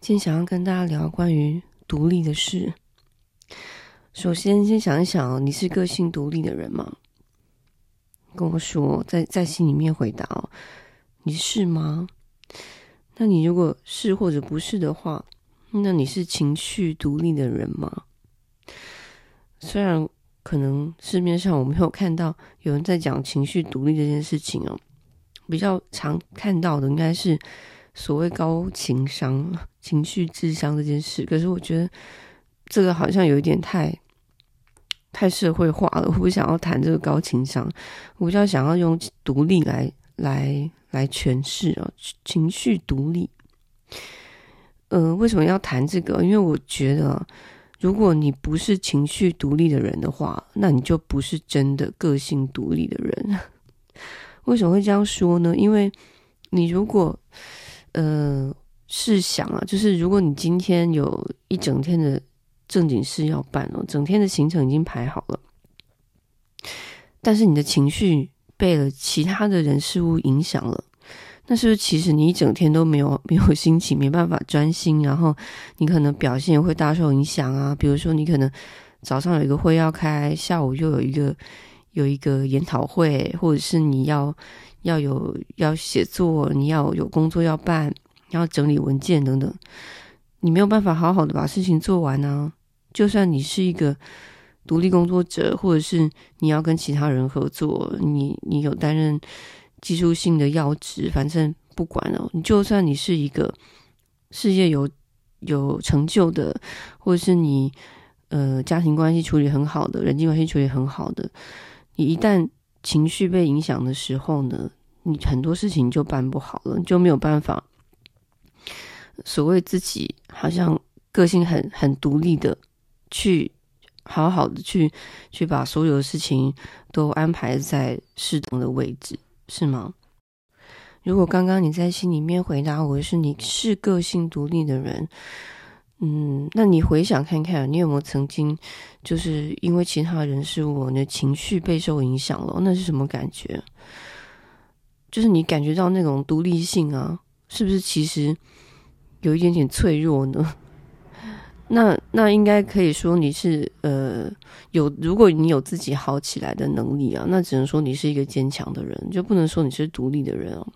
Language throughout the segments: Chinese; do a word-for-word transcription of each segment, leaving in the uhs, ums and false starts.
今天想要跟大家聊关于独立的事。首先先想一想，你是个性独立的人吗？跟我说，在在心里面回答哦，你是吗？那你如果是或者不是的话，那你是情绪独立的人吗？虽然可能市面上我没有看到有人在讲情绪独立这件事情哦，比较常看到的应该是所谓高情商、情绪智商这件事。可是我觉得这个好像有一点太太社会化了，我不想要谈这个高情商，我比较想要用独立来来来诠释哦，情绪独立。呃，为什么要谈这个？因为我觉得，如果你不是情绪独立的人的话，那你就不是真的个性独立的人。为什么会这样说呢？因为你如果呃试想啊，就是如果你今天有一整天的正经事要办哦，整天的行程已经排好了，但是你的情绪被了其他的人事物影响了，那是不是其实你一整天都没有没有心情，没办法专心，然后你可能表现会大受影响啊？比如说你可能早上有一个会要开，下午又有一个有一个研讨会，或者是你要要有要写作，你要有工作要办，要整理文件等等，你没有办法好好的把事情做完啊。就算你是一个独立工作者，或者是你要跟其他人合作，你你有担任技术性的要职，反正不管了，你就算你是一个事业有有成就的，或者是你呃家庭关系处理很好的，人际关系处理很好的，你一旦情绪被影响的时候呢，你很多事情就办不好了，你就没有办法所谓自己好像个性很很独立的去好好的去去把所有的事情都安排在适当的位置，是吗？如果刚刚你在心里面回答我是你是个性独立的人，嗯，那你回想看看，你有没有曾经就是因为其他人事物，你的情绪备受影响了，那是什么感觉？就是你感觉到那种独立性啊，是不是其实有一点点脆弱呢？那那应该可以说你是呃有，如果你有自己好起来的能力啊，那只能说你是一个坚强的人，就不能说你是独立的人哦。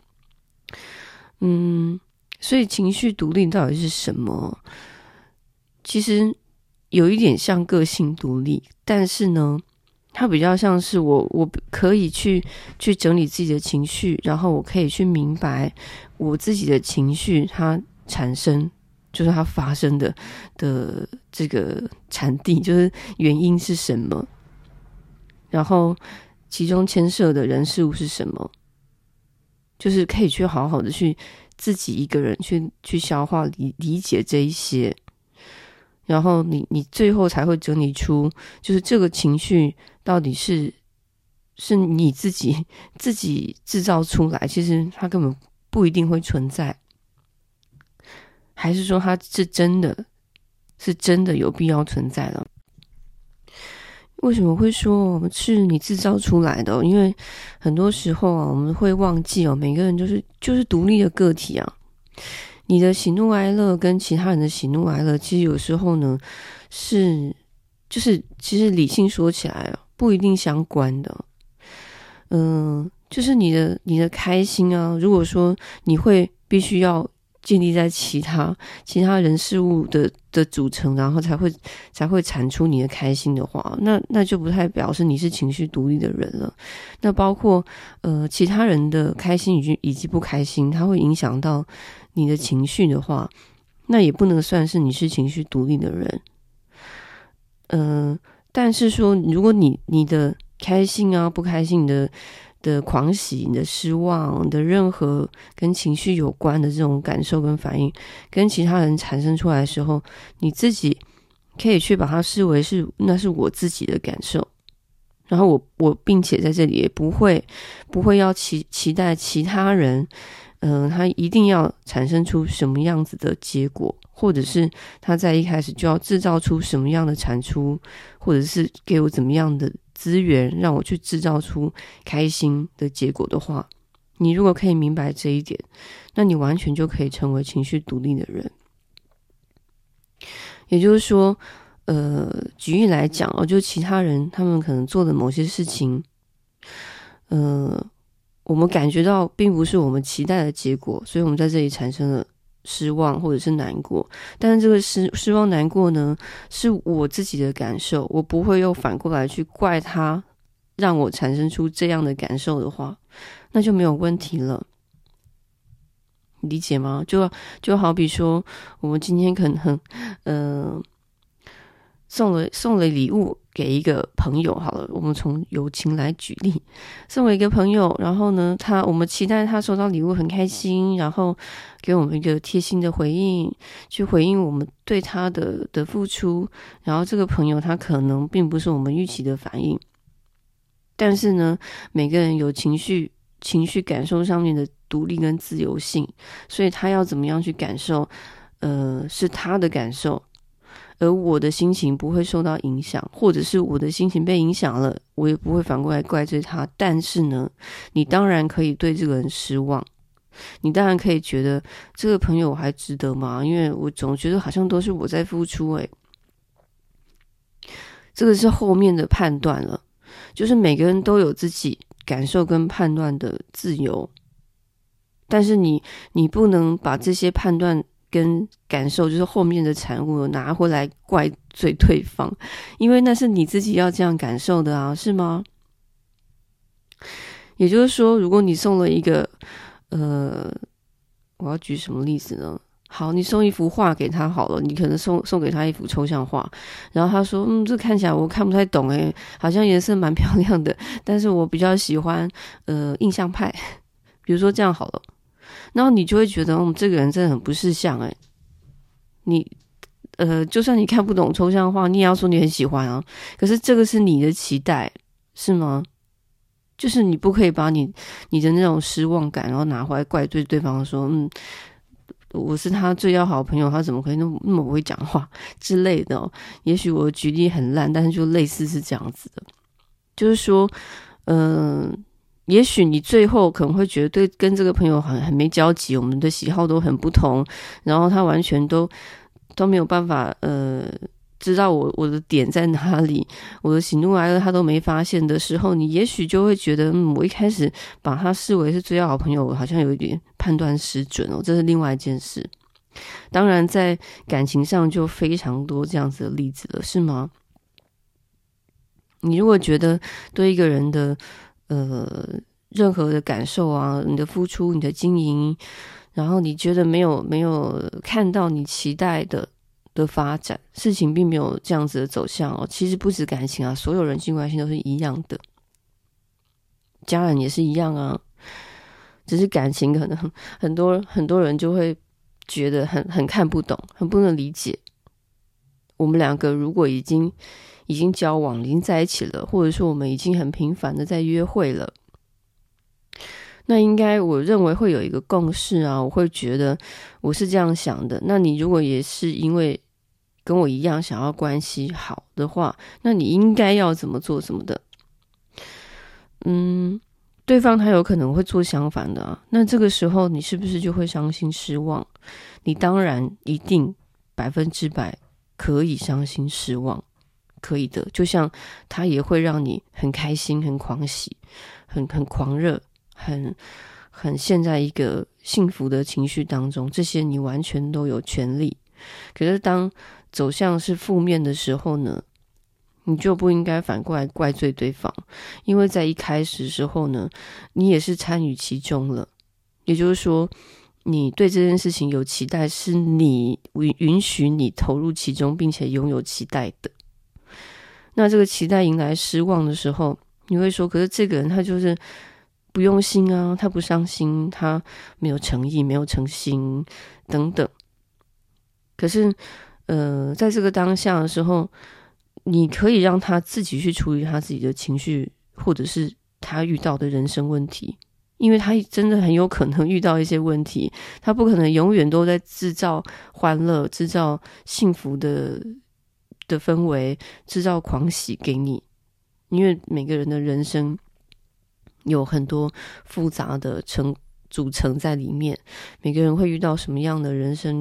嗯，所以情绪独立到底是什么？其实有一点像个性独立，但是呢，它比较像是我我可以去去整理自己的情绪，然后我可以去明白我自己的情绪它产生。就是它发生的的这个产地，就是原因是什么，然后其中牵涉的人事物是什么，就是可以去好好的去自己一个人去去消化理理解这一些，然后你你最后才会整理出，就是这个情绪到底是是你自己自己制造出来，其实它根本不一定会存在。还是说它是真的是真的有必要存在了？为什么会说是你制造出来的？因为很多时候啊，我们会忘记哦，每个人就是就是独立的个体啊。你的喜怒哀乐跟其他人的喜怒哀乐，其实有时候呢是就是其实理性说起来啊，不一定相关的。嗯、呃，就是你的你的开心啊，如果说你会必须要建立在其他其他人事物的的组成，然后才会才会产出你的开心的话，那那就不太表示你是情绪独立的人了。那包括呃其他人的开心以及以及不开心，它会影响到你的情绪的话，那也不能算是你是情绪独立的人。嗯、呃，但是说如果你你的开心啊不开心的的狂喜，你的失望，你的任何跟情绪有关的这种感受跟反应跟其他人产生出来的时候，你自己可以去把它视为是那是我自己的感受，然后我我并且在这里也不会不会要期期待其他人嗯、呃，他一定要产生出什么样子的结果，或者是他在一开始就要制造出什么样的产出，或者是给我怎么样的资源让我去制造出开心的结果的话，你如果可以明白这一点，那你完全就可以成为情绪独立的人。 也就是说，呃，举例来讲哦，就其他人他们可能做的某些事情，呃，我们感觉到并不是我们期待的结果，所以我们在这里产生了失望或者是难过。但是这个失失望难过呢，是我自己的感受，我不会又反过来去怪他，让我产生出这样的感受的话，那就没有问题了。理解吗？就就好比说，我们今天可能，呃，送了送了礼物给一个朋友，好了，我们从友情来举例，送了一个朋友，然后呢，他我们期待他收到礼物很开心，然后给我们一个贴心的回应，去回应我们对他的的付出，然后这个朋友他可能并不是我们预期的反应，但是呢，每个人有情绪。情绪感受上面的独立跟自由性，所以他要怎么样去感受，呃，是他的感受，而我的心情不会受到影响，或者是我的心情被影响了，我也不会反过来怪罪他。但是呢，你当然可以对这个人失望，你当然可以觉得这个朋友我还值得吗？因为我总觉得好像都是我在付出，诶，这个是后面的判断了，就是每个人都有自己感受跟判断的自由，但是你你不能把这些判断跟感受，就是后面的产物拿回来怪罪对方，因为那是你自己要这样感受的啊，是吗？也就是说，如果你送了一个，呃，我要举什么例子呢？好，你送一幅画给他好了，你可能送送给他一幅抽象画，然后他说，嗯，这看起来我看不太懂诶，好像颜色蛮漂亮的，但是我比较喜欢呃印象派，比如说这样好了，然后你就会觉得，嗯，这个人真的很不识相诶，你呃，就算你看不懂抽象画，你也要说你很喜欢啊，可是这个是你的期待，是吗？就是你不可以把你你的那种失望感，然后拿回来怪罪对方说，嗯。我是他最要好的朋友，他怎么可以那么那么不会讲话之类的哦？也许我举例很烂，但是就类似是这样子的，就是说，嗯、呃，也许你最后可能会觉得对跟这个朋友很很没交集，我们的喜好都很不同，然后他完全都都没有办法呃知道我我的点在哪里，我的喜怒哀乐他都没发现的时候，你也许就会觉得，嗯，我一开始把他视为是最要好朋友，我好像有一点判断失准哦，这是另外一件事。当然，在感情上就非常多这样子的例子了，是吗？你如果觉得对一个人的呃任何的感受啊，你的付出、你的经营，然后你觉得没有没有看到你期待的。的发展，事情并没有这样子的走向哦。其实不止感情啊，所有人际关系都是一样的，家人也是一样啊。只是感情可能很多很多人就会觉得很很看不懂，很不能理解。我们两个如果已经已经交往，已经在一起了，或者说我们已经很频繁的在约会了，那应该我认为会有一个共识啊。我会觉得我是这样想的。那你如果也是因为跟我一样想要关系好的话，那你应该要怎么做什么的。嗯，对方他有可能会做相反的啊，那这个时候你是不是就会伤心失望？你当然一定百分之百可以伤心失望，可以的。就像他也会让你很开心、很狂喜、很很狂热、很很陷在一个幸福的情绪当中，这些你完全都有权利。可是当走向是负面的时候呢，你就不应该反过来怪罪对方，因为在一开始的时候呢，你也是参与其中了。也就是说，你对这件事情有期待，是你允许你投入其中并且拥有期待的。那这个期待迎来失望的时候，你会说，可是这个人他就是不用心啊，他不上心，他没有诚意，没有诚心等等。可是呃，在这个当下的时候，你可以让他自己去处理他自己的情绪，或者是他遇到的人生问题，因为他真的很有可能遇到一些问题，他不可能永远都在制造欢乐、制造幸福的的氛围、制造狂喜给你，因为每个人的人生有很多复杂的成组成在里面，每个人会遇到什么样的人生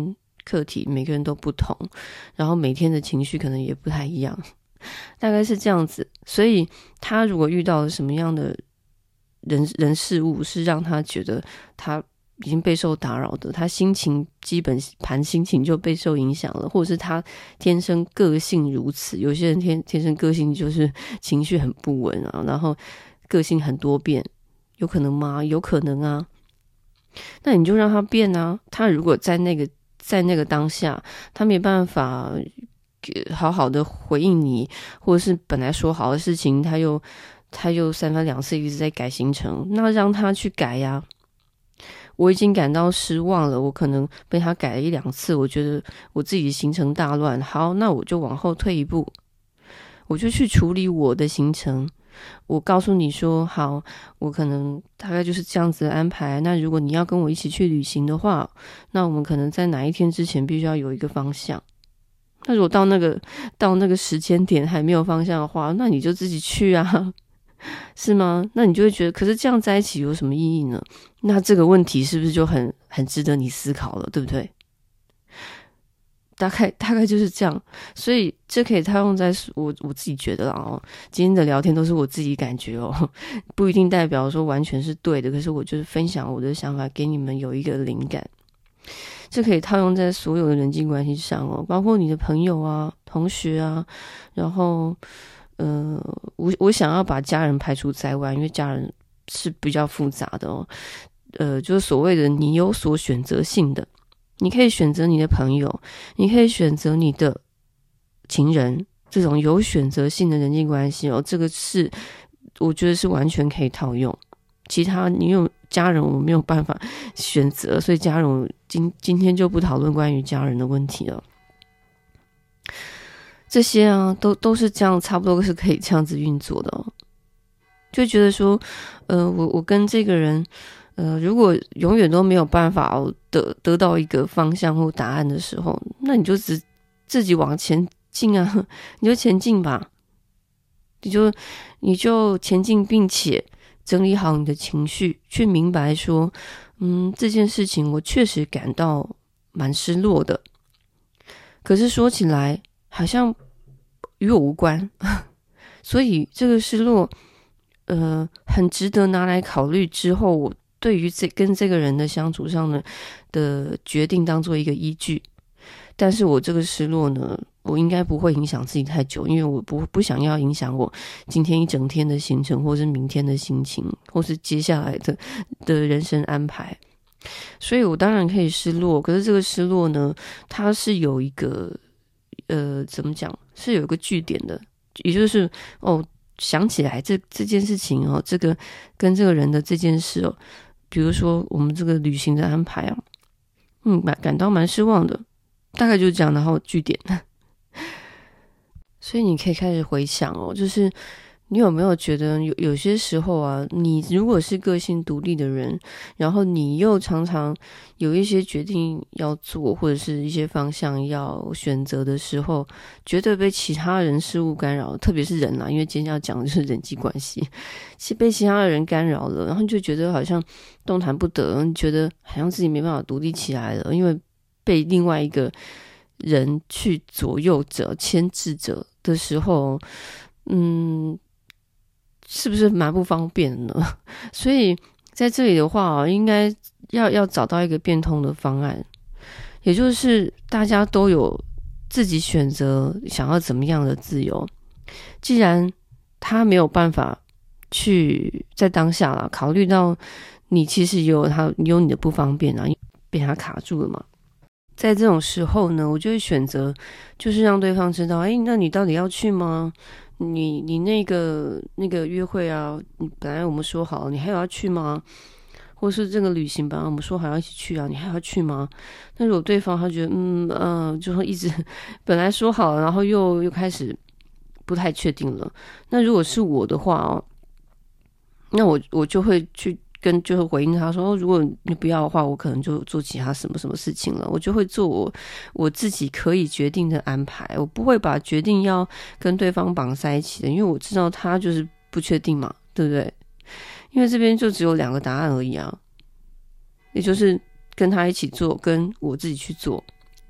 课题每个人都不同，然后每天的情绪可能也不太一样，大概是这样子。所以他如果遇到了什么样的人人事物是让他觉得他已经备受打扰的，他心情基本盘心情就备受影响了，或者是他天生个性如此，有些人天天生个性就是情绪很不稳啊，然后个性很多变，有可能吗？有可能啊。那你就让他变啊。他如果在那个在那个当下，他没办法好好的回应你，或者是本来说好的事情，他又他又三番两次一直在改行程，那让他去改呀。我已经感到失望了，我可能被他改了一两次，我觉得我自己的行程大乱，好，那我就往后退一步，我就去处理我的行程。我告诉你说，好，我可能大概就是这样子的安排，那如果你要跟我一起去旅行的话，那我们可能在哪一天之前必须要有一个方向。那如果到那个到那个时间点还没有方向的话，那你就自己去啊，是吗？那你就会觉得，可是这样在一起有什么意义呢？那这个问题是不是就很很值得你思考了，对不对？大概大概就是这样，所以这可以套用在我我自己觉得啦哦，今天的聊天都是我自己感觉哦，不一定代表说完全是对的，可是我就是分享我的想法给你们有一个灵感。这可以套用在所有的人际关系上哦，包括你的朋友啊、同学啊，然后呃，我我想要把家人排除在外，因为家人是比较复杂的哦，呃，就是所谓的你有所选择性的。你可以选择你的朋友，你可以选择你的情人，这种有选择性的人际关系哦，这个是我觉得是完全可以套用。其他你有家人我没有办法选择，所以家人我今今天就不讨论关于家人的问题了。这些啊，都都是这样，差不多是可以这样子运作的哦。就觉得说，呃，我我跟这个人。呃，如果永远都没有办法得得到一个方向或答案的时候，那你就只自己往前进啊，你就前进吧，你就你就前进，并且整理好你的情绪，去明白说，嗯，这件事情我确实感到蛮失落的，可是说起来好像与我无关，所以这个失落，呃，很值得拿来考虑之后我。对于这跟这个人的相处上呢的决定当做一个依据，但是我这个失落呢，我应该不会影响自己太久，因为我不不想要影响我今天一整天的行程，或是明天的心情，或是接下来的的人生安排。所以我当然可以失落，可是这个失落呢，它是有一个呃怎么讲，是有一个据点的，也就是哦，想起来这这件事情哦，这个跟这个人的这件事哦。比如说我们这个旅行的安排啊，嗯，感到蛮失望的，大概就是这样，然后句点。所以你可以开始回想哦，就是你有没有觉得有有些时候啊，你如果是个性独立的人，然后你又常常有一些决定要做，或者是一些方向要选择的时候，觉得被其他人事物干扰，特别是人啦，因为今天要讲的就是人际关系，是被其他的人干扰了，然后你就觉得好像动弹不得，你觉得好像自己没办法独立起来了，因为被另外一个人去左右着、牵制着的时候，嗯。是不是蛮不方便的呢？所以在这里的话，应该要要找到一个变通的方案，也就是大家都有自己选择想要怎么样的自由。既然他没有办法去在当下啦，考虑到你其实有他有你的不方便啊，被他卡住了嘛。在这种时候呢，我就会选择就是让对方知道，诶，那你到底要去吗？你你那个那个约会啊，你本来我们说好，你还有要去吗？或是这个旅行本来我们说好要一起去啊，你还要去吗？那如果对方他觉得嗯嗯、呃，就会一直本来说好，然后又又开始不太确定了。那如果是我的话哦，那我我就会去。跟就会回应他说、哦、如果你不要的话，我可能就做其他什么什么事情了，我就会做我我自己可以决定的安排，我不会把决定要跟对方绑在一起的，因为我知道他就是不确定嘛，对不对？因为这边就只有两个答案而已啊，也就是跟他一起做跟我自己去做。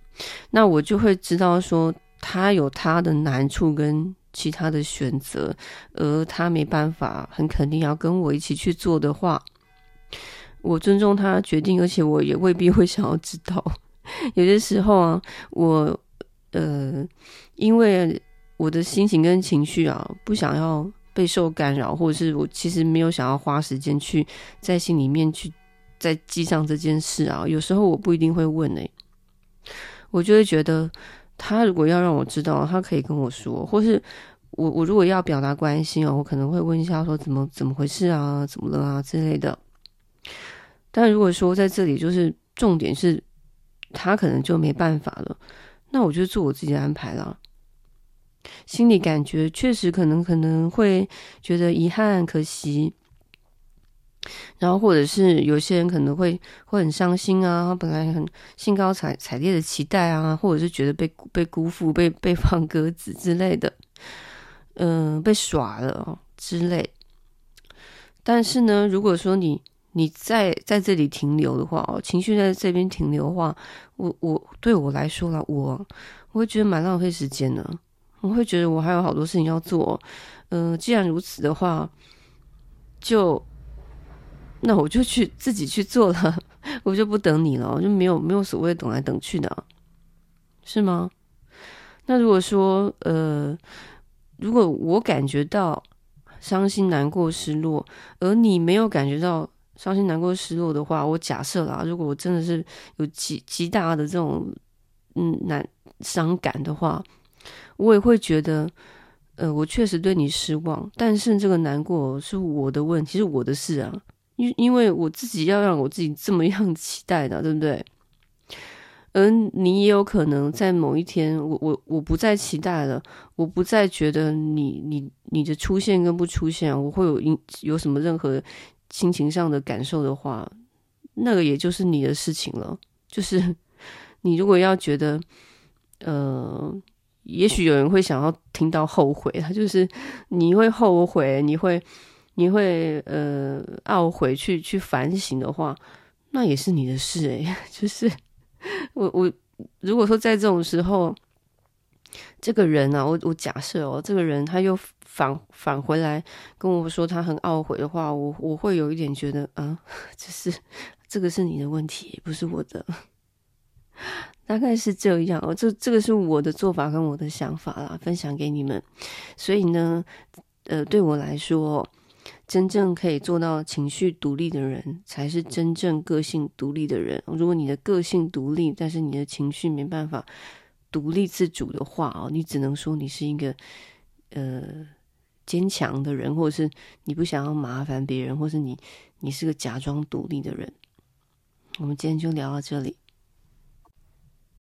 那我就会知道说他有他的难处跟其他的选择，而他没办法很肯定要跟我一起去做的话，我尊重他的决定，而且我也未必会想要知道。有些时候啊，我呃，因为我的心情跟情绪啊，不想要被受干扰，或者是我其实没有想要花时间去在心里面去再记上这件事啊，有时候我不一定会问欸，我就会觉得他如果要让我知道，他可以跟我说，或是我我如果要表达关心哦，我可能会问一下说怎么怎么回事啊，怎么了啊之类的。但如果说在这里就是重点是他可能就没办法了，那我就做我自己的安排啦。心里感觉确实可能可能会觉得遗憾可惜，然后或者是有些人可能会会很伤心啊，本来很兴高采采烈的期待啊，或者是觉得被被辜负、被被放鸽子之类的，嗯、呃，被耍了、哦、之类。但是呢，如果说你你在在这里停留的话哦，情绪在这边停留的话，我我对我来说啦，我我会觉得蛮浪费时间的，我会觉得我还有好多事情要做。嗯、呃，既然如此的话，就那我就去自己去做了，我就不等你了，我就没有没有所谓等来等去的啊，是吗？那如果说呃，如果我感觉到伤心、难过、失落，而你没有感觉到伤心、难过、失落的话，我假设啦，如果我真的是有极极大的这种嗯难伤感的话，我也会觉得，呃，我确实对你失望，但是这个难过是我的问题，是我的事啊，因因为我自己要让我自己这么样期待的，对不对？而你也有可能在某一天，我我我不再期待了，我不再觉得你你你的出现跟不出现，我会有有什么任何心情上的感受的话，那个也就是你的事情了。就是你如果要觉得，呃，也许有人会想要听到后悔，他就是你会后悔，你会你会呃懊悔去去反省的话，那也是你的事诶、欸，就是。我我如果说在这种时候，这个人啊，我我假设哦，这个人他又返返回来跟我说他很懊悔的话，我我会有一点觉得啊，就是这个是你的问题，不是我的，大概是这样哦。这这个是我的做法跟我的想法啦，分享给你们。所以呢，呃，对我来说，真正可以做到情绪独立的人，才是真正个性独立的人。如果你的个性独立，但是你的情绪没办法独立自主的话哦，你只能说你是一个呃坚强的人，或者是你不想要麻烦别人，或是你你是个假装独立的人。我们今天就聊到这里。